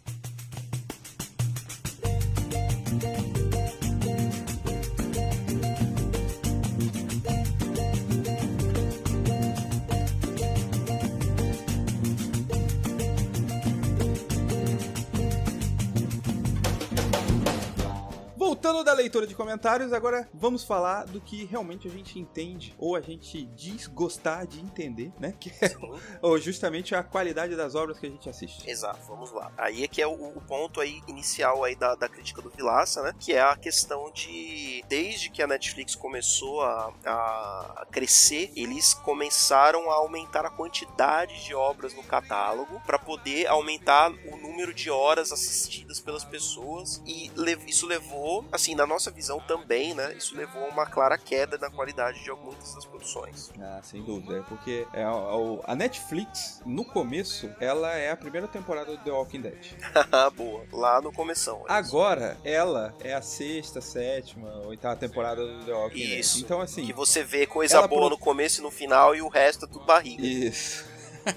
Voltando da leitura de comentários, agora vamos falar do que realmente a gente entende, ou a gente diz gostar de entender, né? Que é ou justamente a qualidade das obras que a gente assiste. Exato, vamos lá. Aí é que é o, o ponto aí inicial aí da, da crítica do Vilaça, né? Que é a questão de, desde que a Netflix começou a, a crescer, eles começaram a aumentar a quantidade de obras no catálogo para poder aumentar o número de horas assistidas pelas pessoas, e lev- isso levou, assim, na nossa visão também, né? Isso levou a uma clara queda na qualidade de algumas das produções. Ah, sem dúvida, é porque é a, a- a Netflix, no começo, ela é a primeira temporada do The Walking Dead. Boa, lá no começão. é isso. Agora, ela é a sexta, sétima, oitava temporada do The Walking Isso. Dead. Então, assim... Que você vê coisa ela boa pro- no começo e no final, e o resto é tudo barriga. Isso.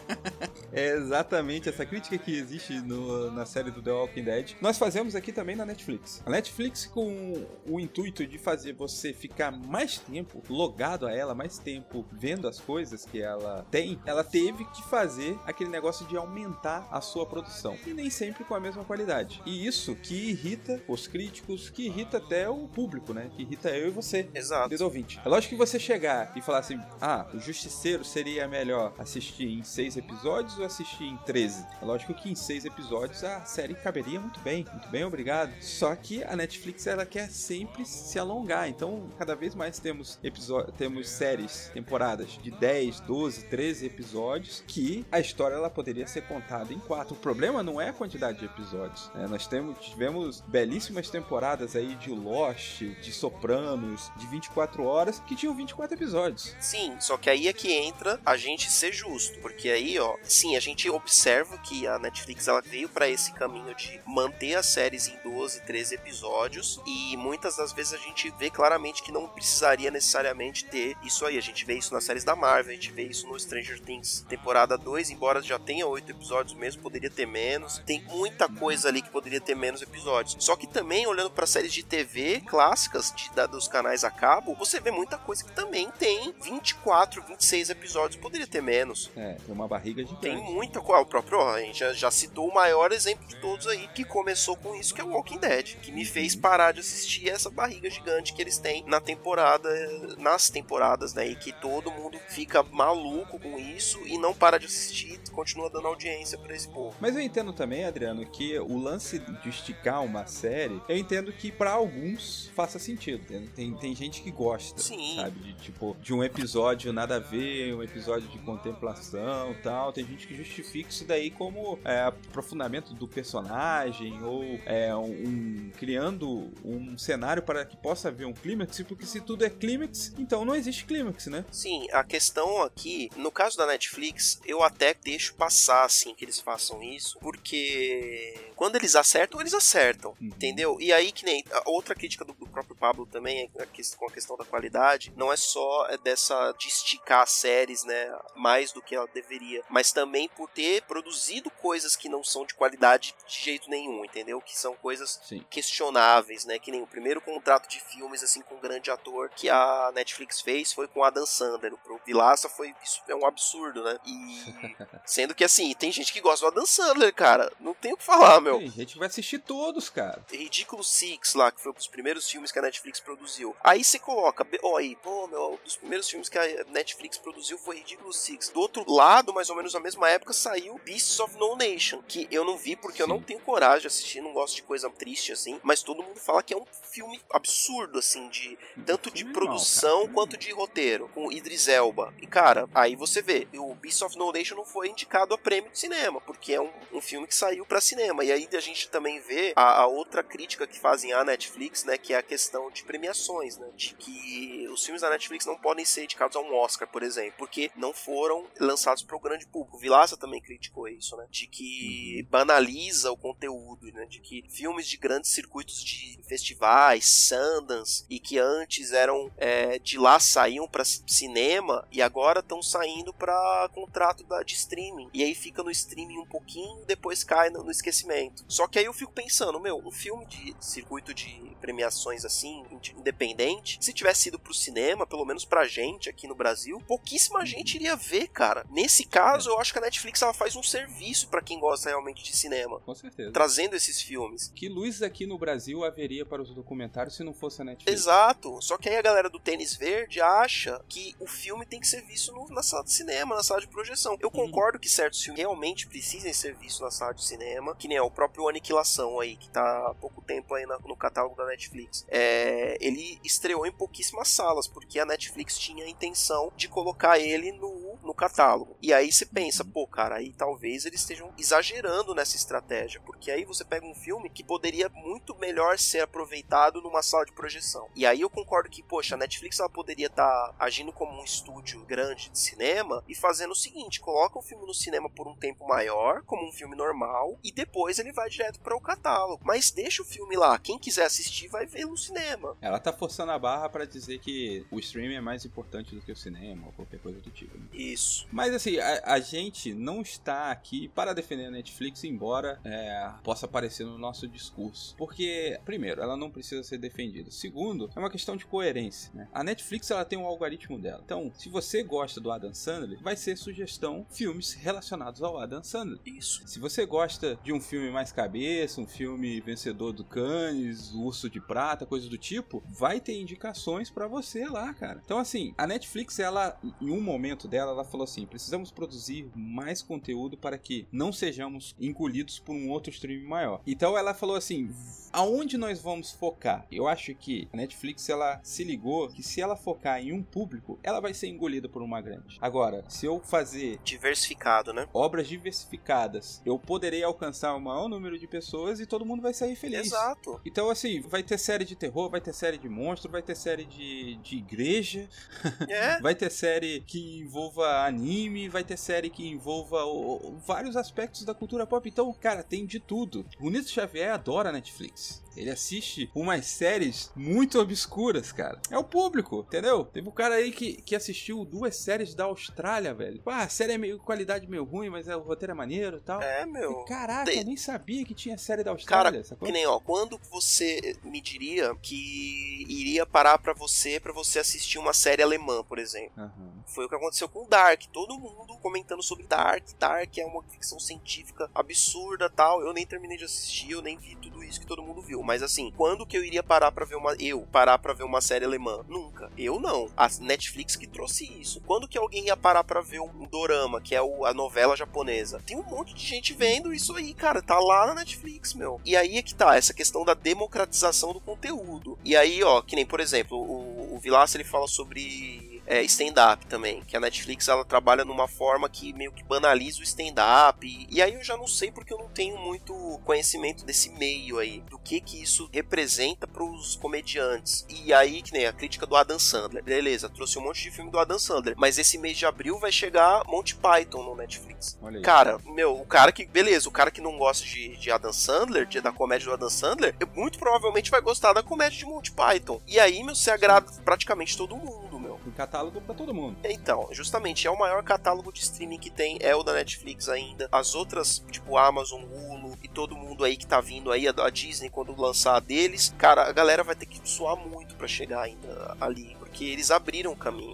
É exatamente essa crítica que existe no- na série do The Walking Dead. Nós fazemos aqui também na Netflix. A Netflix, com o intuito de fazer você ficar mais tempo logado a ela, mais tempo vendo as coisas que ela tem, ela teve que fazer aquele negócio de aumentar a sua produção. E nem sempre com a mesma qualidade. E isso que irrita os críticos, que irrita até o público, né? Que irrita eu e você. Exato. Querido ouvinte. É lógico que você chegar e falar assim: ah, o Justiceiro seria melhor assistir em seis episódios ou assistir em treze? É lógico que em seis episódios a série caberia muito bem, muito bem, obrigado. Só que a Netflix, ela quer sempre se alongar, então cada vez mais temos episódios, temos séries, temporadas de dez, doze, treze episódios, que a história ela poderia ser contada em quatro. O problema não é a quantidade de episódios, né? Nós temos, tivemos belíssimas temporadas aí de Lost, de Sopranos, de vinte e quatro horas, que tinham vinte e quatro episódios. Sim, só que aí é que entra a gente ser justo, porque aí, ó, sim, a gente observa que a Netflix ela veio pra esse caminho de manter as séries em doze, treze episódios, e muitas das vezes a gente vê claramente que não precisaria necessariamente ter isso aí. A gente vê isso nas séries da Marvel, a gente vê isso no Stranger Things temporada dois, embora já tenha oito episódios mesmo, poderia ter menos. Tem muita coisa ali que poderia ter menos episódios. Só que também, olhando pra séries de T V clássicas de, da, dos canais a cabo, você vê muita coisa que também tem vinte e quatro, vinte e seis episódios, poderia ter menos. É, tem uma barriga gigante. Tem muita coisa. O próprio, ó, a gente já, já citou o maior exemplo de todos aí, que começou com isso, que é o Walking Dead, que me fez parar de assistir essa barriga gigante que eles têm na temporada, nas temporadas, né? E que todo mundo fica maluco com isso e não para de assistir, continua dando audiência pra esse povo. Mas eu entendo também, Adriano, que o lance de esticar uma série, eu entendo que pra alguns faça sentido. Tem, tem gente que gosta, Sim. sabe? De tipo, de um episódio nada a ver, um episódio de contemplação e tal. Tem gente que justifica isso daí como é, aprofundamento do personagem ou é, um, criando um cenário para que possa haver um clímax, porque se tudo é clímax, então não existe clímax, né? Sim, a questão aqui, no caso da Netflix, eu até deixo passar, assim, que eles façam isso, porque quando eles acertam, eles acertam, uhum. entendeu? E aí, que nem a outra crítica do, do próprio Pablo também, é que, com a questão da qualidade, não é só dessa de esticar séries, né, mais do que ela deveria, mas também por ter produzido coisas que não são de qualidade de jeito nenhum, entendeu? Que são coisas Sim. questionáveis, né? Que nem o primeiro contrato de filmes, assim, com um grande ator que a Netflix fez foi com Adam Sandler. O Vilaça foi, isso é um absurdo, né? E sendo que, assim, tem gente que gosta do Adam Sandler, cara. Não tem o que falar, meu. Tem gente que vai assistir todos, cara. Ridículo Six lá, que foi um dos primeiros filmes que a Netflix produziu. Aí você coloca, ó aí, pô, meu, um dos primeiros filmes que a Netflix produziu foi Ridículo Six. Do outro lado, mais ou menos na mesma época, saiu Beasts of No Nation, que eu não vi porque Sim. eu não tenho coragem de assistir, não gosto de coisa triste, assim, mas todo mundo fala que é um filme absurdo, assim, de tanto de produção mal, quanto de roteiro, com Idris Elba. E, cara, aí você vê, o Beasts of No Nation não foi indicado a prêmio de cinema, porque é um, um filme que saiu pra cinema. E aí a gente também vê a, a outra crítica que fazem à Netflix, né, que é a questão de premiações, né, de que os filmes da Netflix não podem ser indicados a um Oscar, por exemplo, porque não foram lançados para o grande público. O Vilaça também criticou isso, né, de que banaliza o conteúdo, né, de que filmes de grandes circuitos de festivais, Sundance, e que antes eram é, de lá saíam para cinema e agora estão saindo para contrato da, de streaming. E aí fica no streaming um pouquinho, depois cai no, no esquecimento. Só que aí eu fico pensando, meu, um filme de circuito de premiações assim, independente, se tivesse ido pro cinema, pelo menos pra gente aqui no Brasil, pouquíssima gente iria ver, cara. Nesse caso, eu acho que a Netflix ela faz um serviço pra quem gosta realmente de cinema. Com certeza. Trazendo esses filmes. Que luz aqui no Brasil haveria para os documentários se não fosse a Netflix? Exato. Só que aí a galera do Tênis Verde acha que o filme tem que ser visto no, na sala de cinema, na sala de projeção. Eu concordo uhum. que certos filmes realmente precisem ser vistos na sala de cinema, que nem é o próprio Aniquilação aí, que tá há pouco tempo aí na, no catálogo da Netflix. É, ele estreou em pouquíssimas salas, porque a Netflix tinha a intenção de colocar ele no, no catálogo. E aí você pensa, pô, cara, aí talvez eles estejam exagerando nessa estratégia, porque aí você pega um filme que poderia muito melhor ser aproveitado numa sala de projeção. E aí eu concordo que, poxa, a Netflix ela poderia estar tá agindo como um estúdio grande de cinema e fazendo o seguinte, coloca o filme no cinema por um tempo maior, como um filme normal, e depois ele vai direto para o catálogo. Mas deixa o filme lá, quem quiser assistir vai ver no cinema. Ela tá forçando a barra pra dizer que o streaming é mais importante do que o cinema ou qualquer coisa do tipo, né? Isso. Mas assim, a, a gente não está aqui para defender a Netflix, embora é, possa aparecer no nosso discurso. Porque, primeiro, ela não precisa ser defendida. Segundo, é uma questão de coerência, né? A Netflix, ela tem um algoritmo dela. Então, se você gosta do Adam Sandler, vai ser sugestão filmes relacionados ao Adam Sandler. Isso. Se você gosta de um filme mais cabeça, um filme vencedor do Cannes, Urso de Prata, coisa do tipo, vai ter indicações pra você lá, cara. Então, assim, a Netflix, ela, em um momento dela, ela falou assim, precisamos produzir mais conteúdo para que não sejamos engolidos por um outro streaming maior. Então, ela falou assim, aonde nós vamos focar? Eu acho que a Netflix, ela se ligou que se ela focar em um público, ela vai ser engolida por uma grande. Agora, se eu fazer... diversificado, né? Obras diversificadas, eu poderei alcançar o maior número de pessoas e todo mundo vai sair feliz. Exato. Então, assim, vai ter série de terror, vai ter série de monstro, vai ter série de, de igreja, é. vai ter série que envolva anime, vai ter série que envolva o, o, vários aspectos da cultura pop. Então, cara, tem de tudo. O Nito Xavier adora a Netflix. Ele assiste umas séries muito obscuras, cara. É o público, entendeu? Teve um cara aí que, que assistiu duas séries da Austrália, velho. Ah, a série é meio qualidade meio ruim, mas é, o roteiro é maneiro e tal. É, meu. E, caraca, De... eu nem sabia que tinha série da Austrália. Cara, sacou? que nem, ó, quando você me diria que iria parar pra você, pra você assistir uma série alemã, por exemplo. Uhum. Foi o que aconteceu com Dark. Todo mundo comentando sobre Dark. Dark é uma ficção científica absurda, tal. Eu nem terminei de assistir, eu nem vi tudo isso que todo mundo viu. Mas assim, quando que eu iria parar pra ver uma... Eu parar pra ver uma série alemã? Nunca. Eu não. A Netflix que trouxe isso. Quando que alguém ia parar pra ver um dorama, que é o, a novela japonesa? Tem um monte de gente vendo isso aí, cara. Tá lá na Netflix, meu. E aí é que tá, essa questão da democratização do conteúdo. E aí, ó, que nem, por exemplo, o, o Vilaça, ele fala sobre... É, stand-up também, que a Netflix ela trabalha numa forma que meio que banaliza o stand-up, e, e aí eu já não sei porque eu não tenho muito conhecimento desse meio aí, do que que isso representa pros comediantes. E aí, que nem a crítica do Adam Sandler, beleza, trouxe um monte de filme do Adam Sandler, mas esse mês de abril vai chegar Monty Python no Netflix. Olha aí. Cara, meu, o cara que, beleza, o cara que não gosta de, de Adam Sandler, de, da comédia do Adam Sandler, muito provavelmente vai gostar da comédia de Monty Python. E aí, meu, você agrada praticamente todo mundo, meu. Um catálogo pra todo mundo. Então, justamente, é o maior catálogo de streaming que tem, é o da Netflix ainda. As outras, tipo Amazon, Hulu e todo mundo aí que tá vindo aí, a Disney quando lançar a deles, cara, a galera vai ter que suar muito pra chegar ainda ali, porque eles abriram o caminho.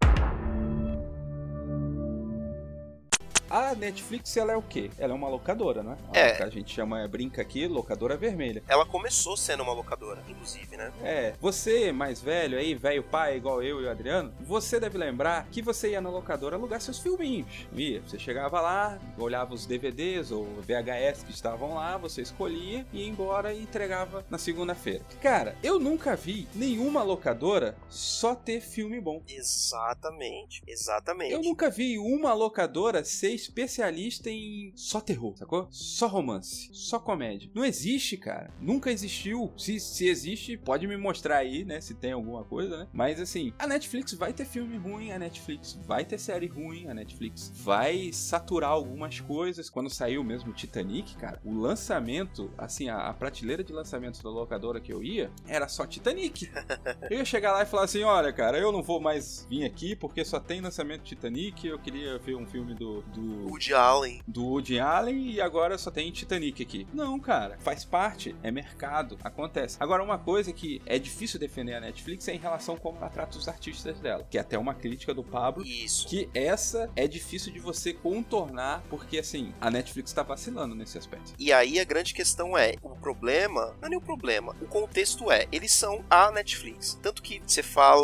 A Netflix, ela é o quê? Ela é uma locadora, não é? É. A gente chama, brinca aqui, locadora vermelha. Ela começou sendo uma locadora, inclusive, né? É, você mais velho aí, velho pai, igual eu e o Adriano, você deve lembrar que você ia na locadora alugar seus filminhos. Ia, você chegava lá, olhava os D V Ds ou V H S que estavam lá, você escolhia, ia embora e entregava na segunda-feira. Cara, eu nunca vi nenhuma locadora só ter filme bom. Exatamente, exatamente. Eu nunca vi uma locadora ser especialista em só terror, sacou? Só romance, só comédia. Não existe, cara. Nunca existiu. Se, se existe, pode me mostrar aí, né? Se tem alguma coisa, né? Mas assim, a Netflix vai ter filme ruim, a Netflix vai ter série ruim, a Netflix vai saturar algumas coisas. Quando saiu mesmo Titanic, cara, o lançamento, assim, a, a prateleira de lançamentos da locadora que eu ia, era só Titanic. Eu ia chegar lá e falar assim, olha, cara, eu não vou mais vir aqui porque só tem lançamento Titanic, eu queria ver um filme do, do Woody Allen. Do Woody Allen e agora só tem Titanic aqui. Não, cara, faz parte, é mercado, acontece. Agora, uma coisa que é difícil defender a Netflix é em relação a como ela trata os artistas dela, que é até uma crítica do Pablo. Isso. Que essa é difícil de você contornar, porque assim, a Netflix tá vacilando nesse aspecto. E aí a grande questão é, o problema, não é nem o problema, o contexto é, eles são a Netflix. Tanto que você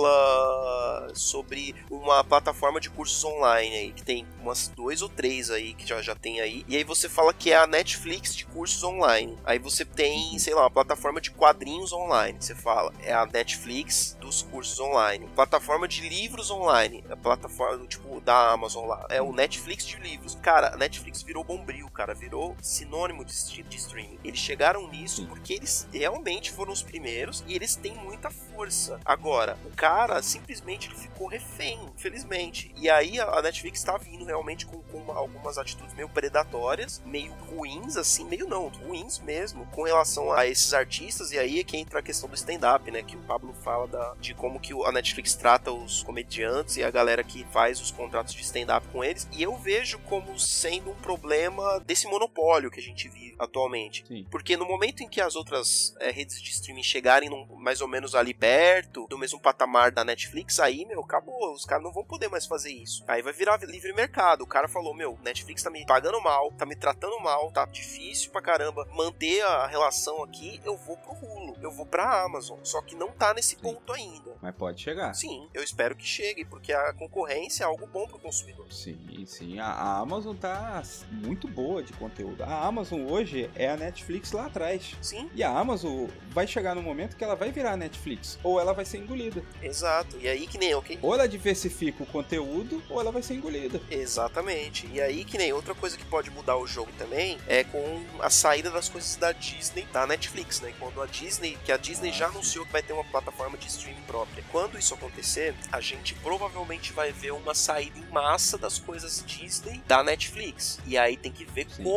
fala sobre uma plataforma de cursos online aí, que tem umas dois ou três aí, que já, já tem aí, e aí você fala que é a Netflix de cursos online. Aí você tem, sei lá, uma plataforma de quadrinhos online, você fala, é a Netflix dos cursos online. Plataforma de livros online, a plataforma, tipo, da Amazon lá, é o Netflix de livros. Cara, a Netflix virou bombril, cara, virou sinônimo de, de streaming. Eles chegaram nisso porque eles realmente foram os primeiros e eles têm muita força. Agora, o cara simplesmente ele ficou refém, infelizmente. E aí a Netflix tá vindo realmente com, com algumas atitudes meio predatórias, meio ruins, assim, meio não, ruins mesmo, com relação a esses artistas. E aí é que entra a questão do stand-up, né, que o Pablo fala da, de como que a Netflix trata os comediantes e a galera que faz os contratos de stand-up com eles. E eu vejo como sendo um problema desse monopólio que a gente vive atualmente. Sim. Porque no momento em que as outras é, redes de streaming chegarem num, mais ou menos ali perto do mesmo patamar da Netflix, aí, meu, acabou. Os caras não vão poder mais fazer isso. Aí vai virar livre mercado. O cara falou, meu, Netflix tá me pagando mal, tá me tratando mal, tá difícil pra caramba manter a relação aqui, eu vou pro Hulu, eu vou pra Amazon. Só que não tá nesse ponto ainda. Mas pode chegar. Sim, eu espero que chegue, porque a concorrência é algo bom pro consumidor. Sim, sim. A, a Amazon tá muito boa de conteúdo. A Amazon hoje é a Netflix lá atrás. Sim. E a Amazon vai chegar no momento que ela vai virar a Netflix, ou ela vai ser engolida. Exato. E aí que nem, ok? Ou ela diversifica o conteúdo, ou ela vai ser engolida. Exatamente. E aí que nem outra coisa que pode mudar o jogo também é com a saída das coisas da Disney da Netflix, né? Quando a Disney, que a Disney Ah, já sim. anunciou que vai ter uma plataforma de streaming própria. Quando isso acontecer, a gente provavelmente vai ver uma saída em massa das coisas Disney da Netflix. E aí tem que ver Sim. como que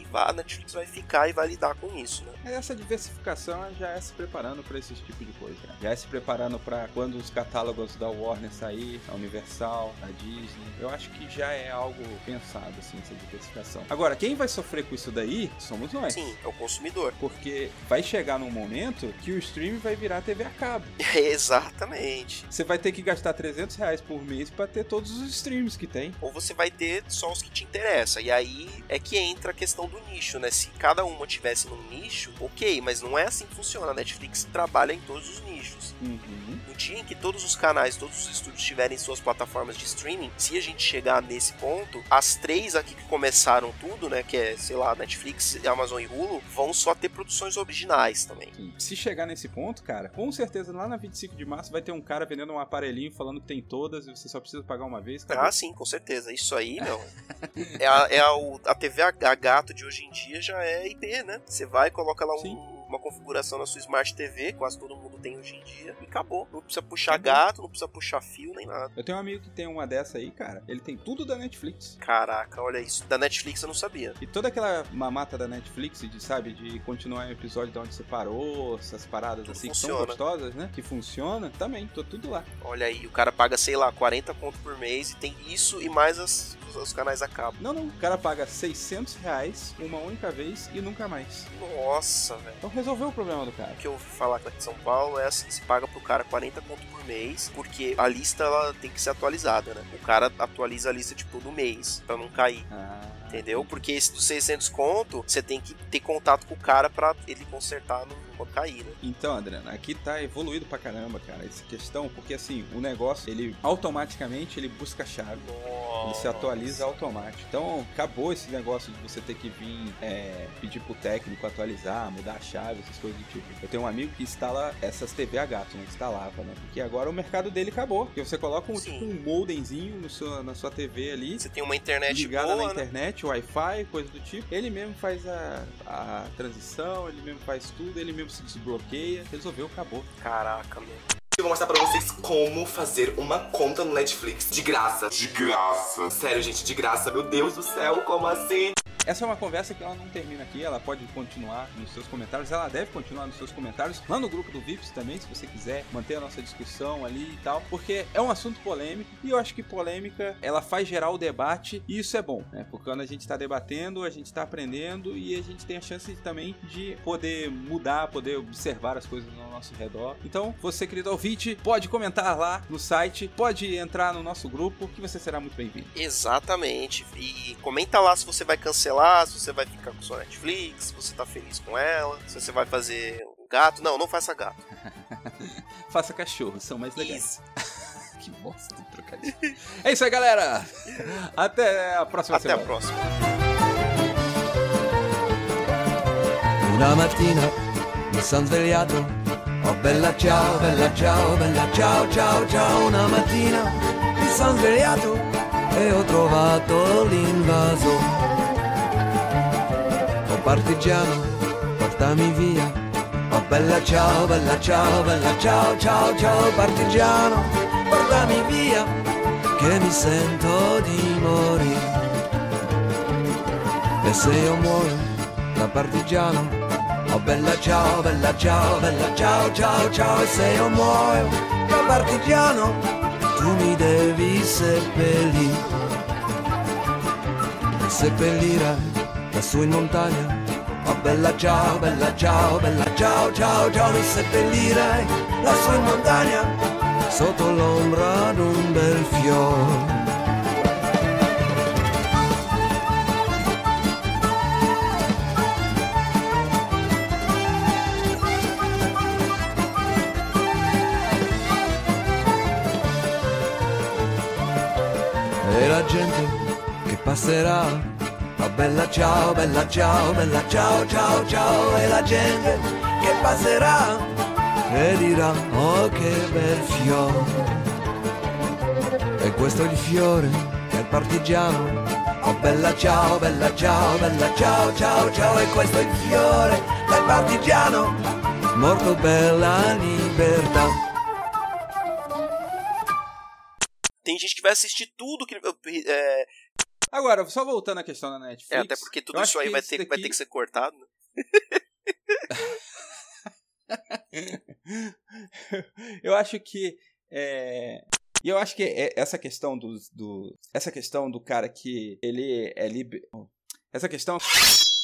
a Netflix vai ficar e vai lidar com isso, né? Essa diversificação já é se preparando para esse tipo de coisa, né? Já é se preparando para quando os catálogos da Warner sair, a Universal, a Disney. Eu acho que já é algo pensado, assim, essa diversificação. Agora, quem vai sofrer com isso daí somos nós. Sim, é o consumidor. Porque vai chegar num momento que o streaming vai virar T V a cabo. Exatamente. Você vai ter que gastar trezentos reais por mês para ter todos os streams que tem. Ou você vai ter só os que te interessam. E aí é que entra a questão do nicho, né? Se cada uma tivesse num nicho, ok, mas não é assim que funciona. A Netflix trabalha em todos os nichos. Uhum. No dia em que todos os canais, todos os estúdios tiverem suas plataformas de streaming, se a gente chegar nesse ponto, as três aqui que começaram tudo, né? Que é, sei lá, Netflix, Amazon e Hulu, vão só ter produções originais também. Sim. Se chegar nesse ponto, cara, com certeza lá na vinte e cinco de março vai ter um cara vendendo um aparelhinho falando que tem todas e você só precisa pagar uma vez. Acabou. Ah, sim, com certeza. Isso aí, meu. é a, é a, o- a T V a, a gato de hoje em dia já é I P, né? Você vai, coloca lá Sim. um, uma configuração na sua Smart T V, quase todo mundo tem hoje em dia, e acabou. Não precisa puxar Acabou. gato, não precisa puxar fio, nem nada. Eu tenho um amigo que tem uma dessa aí, cara. Ele tem tudo da Netflix. Caraca, olha isso. Da Netflix eu não sabia. E toda aquela mamata da Netflix, de, sabe, de continuar o episódio de onde você parou, essas paradas Tudo assim funciona. que são gostosas, né? Que funciona, também, tô tudo lá. Olha aí, o cara paga, sei lá, quarenta conto por mês e tem isso e mais as, os, os canais a cabo. Não, não, o cara paga seiscentos reais uma única vez e nunca mais. Nossa, velho. Então resolveu o problema do cara. O que eu ouvi falar aqui em São Paulo é assim, se paga pro cara quarenta conto por mês, porque a lista ela tem que ser atualizada, né? O cara atualiza a lista tipo no mês, pra não cair. Ah, Entendeu? Porque esse dos seiscentos conto, você tem que ter contato com o cara pra ele consertar no quando cair, né? Então, Adriano, aqui tá evoluído pra caramba, cara, essa questão, porque assim, o negócio, ele automaticamente, ele busca a chave. Ele se atualiza automático. Então, acabou esse negócio de você ter que vir é, pedir pro técnico atualizar, mudar a chave, essas coisas do tipo. Eu tenho um amigo que instala essas T V a gato, né? Instalava, né? Porque agora o mercado dele acabou. Porque você coloca um, Sim. tipo, um modemzinho no seu, na sua T V ali, Você tem uma internet ligada boa, na né? internet, Wi-Fi, coisa do tipo. Ele mesmo faz a, a transição, ele mesmo faz tudo, ele mesmo se desbloqueia. Resolveu, acabou. Caraca, meu. Eu vou mostrar pra vocês como fazer uma conta no Netflix de graça. De graça. Sério, gente, de graça. Meu Deus do céu, como assim? Essa é uma conversa que ela não termina aqui, ela pode continuar nos seus comentários, ela deve continuar nos seus comentários, lá no grupo do Vips também, se você quiser manter a nossa discussão ali e tal, porque é um assunto polêmico, e eu acho que polêmica, ela faz gerar o debate, e isso é bom, né? Porque quando a gente tá debatendo, a gente tá aprendendo, e a gente tem a chance de, também de poder mudar, poder observar as coisas ao nosso redor. Então, você, querido ouvinte, pode comentar lá no site, pode entrar no nosso grupo, que você será muito bem-vindo. Exatamente. E comenta lá se você vai cancelar, se você vai ficar com sua Netflix, se você tá feliz com ela, se você vai fazer um gato. Não, não faça gato. Faça cachorro, são mais legais. Isso. Que bosta de trocadilho. É isso aí, galera. Até a próxima Até semana. a próxima. Una mattina mi son svegliato, oh bella ciao, bella ciao, bella ciao, ciao, ciao. Una mattina mi son svegliato e ho trovato l'invaso. Oh partigiano, portami via, oh bella ciao, bella ciao, bella ciao, ciao, ciao. Partigiano, portami via, che mi sento di morire. E se io muoio da partigiano, oh bella ciao, bella ciao, bella ciao, ciao, ciao. E se io muoio da partigiano, tu mi devi seppellire. E seppellire lassù in montagna, oh bella ciao, bella ciao, bella ciao, ciao, ciao. Mi seppellire lassù in montagna, sotto l'ombra d'un bel fiore. E la gente che passerà, oh bella ciao, bella ciao, bella ciao, ciao, ciao. E la gente che passerà e dirà, oh che bel fiore. E questo è il fiore del partigiano, oh bella ciao, bella ciao, bella ciao, ciao, ciao. E questo è il fiore del partigiano, morto per la libertà. Tem gente que vai assistir tudo que... É, Agora, só voltando à questão da Netflix... É, até porque tudo eu isso acho aí que vai esse ter, daqui- vai ter que ser cortado, né? Eu acho que... É... E eu acho que é- essa questão do, do... Essa questão do cara que ele é liber... Essa questão...